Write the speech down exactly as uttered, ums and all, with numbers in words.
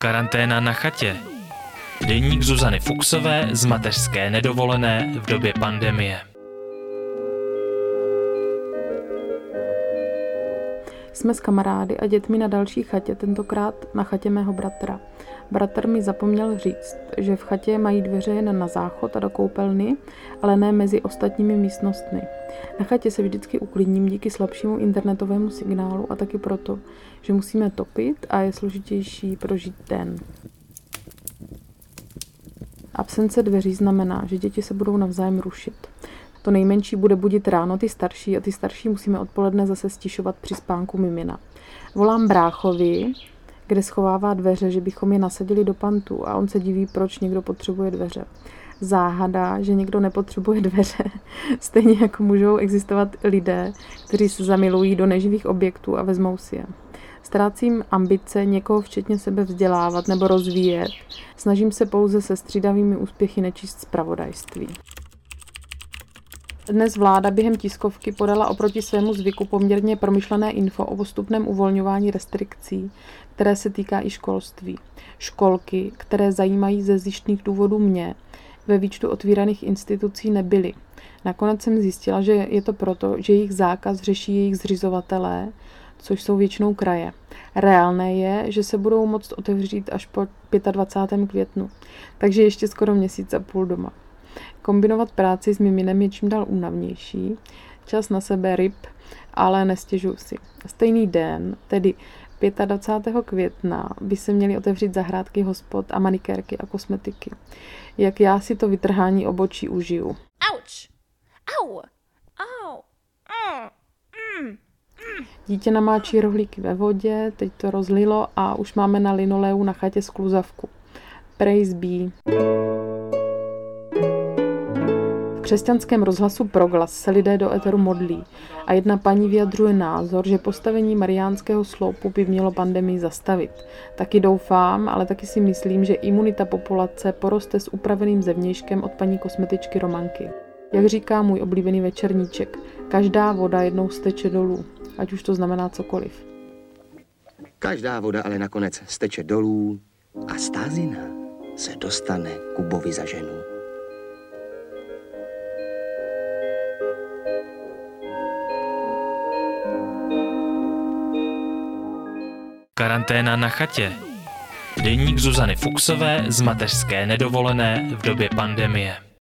Karanténa na chatě. Deník Zuzany Fuchsové z mateřské nedovolené v době pandemie. Jsme s kamarády a dětmi na další chatě, tentokrát na chatě mého bratra. Bratr mi zapomněl říct, že v chatě mají dveře jen na záchod a do koupelny, ale ne mezi ostatními místnostmi. Na chatě se vždycky uklidním díky slabšímu internetovému signálu a taky proto, že musíme topit a je složitější prožít den. Absence dveří znamená, že děti se budou navzájem rušit. To nejmenší bude budit ráno ty starší a ty starší musíme odpoledne zase stišovat při spánku mimina. Volám bráchovi, kde schovává dveře, že bychom je nasadili do pantu a on se diví, proč někdo potřebuje dveře. Záhada, že někdo nepotřebuje dveře. Stejně jako můžou existovat lidé, kteří se zamilují do neživých objektů a vezmou si je. Ztrácím ambice někoho včetně sebe vzdělávat nebo rozvíjet. Snažím se pouze se střídavými úspěchy nečíst zpravodajství. Dnes vláda během tiskovky podala oproti svému zvyku poměrně promyšlené info o postupném uvolňování restrikcí, které se týká i školství. Školky, které zajímají ze zištných důvodů mě, ve výčtu otvíraných institucí nebyly. Nakonec jsem zjistila, že je to proto, že jejich zákaz řeší jejich zřizovatelé, což jsou většinou kraje. Reálné je, že se budou moct otevřít až po dvacátého pátého květnu, takže ještě skoro měsíc a půl doma. Kombinovat práci s miminem je čím dál únavnější. Čas na sebe ryb, ale nestěžuji si. Stejný den, tedy dvacátého pátého května, by se měly otevřít zahrádky hospod a manikérky a kosmetiky. Jak já si to vytrhání obočí užiju. Auč! Au! Au! Mm. Mm. Dítě namáčí rohlíky ve vodě, teď to rozlilo a už máme na linoleu na chatě skluzavku. Praise be. V křesťanském rozhlasu Proglas se lidé do éteru modlí a jedna paní vyjadřuje názor, že postavení Mariánského sloupu by mělo pandemii zastavit. Taky doufám, ale taky si myslím, že imunita populace poroste s upraveným zevnějškem od paní kosmetičky Romanky. Jak říká můj oblíbený večerníček, každá voda jednou steče dolů, ať už to znamená cokoliv. Každá voda ale nakonec steče dolů a stázina se dostane Kubovi za ženu. Karanténa na chatě. Deník Zuzany Fuchsové z mateřské nedovolené v době pandemie.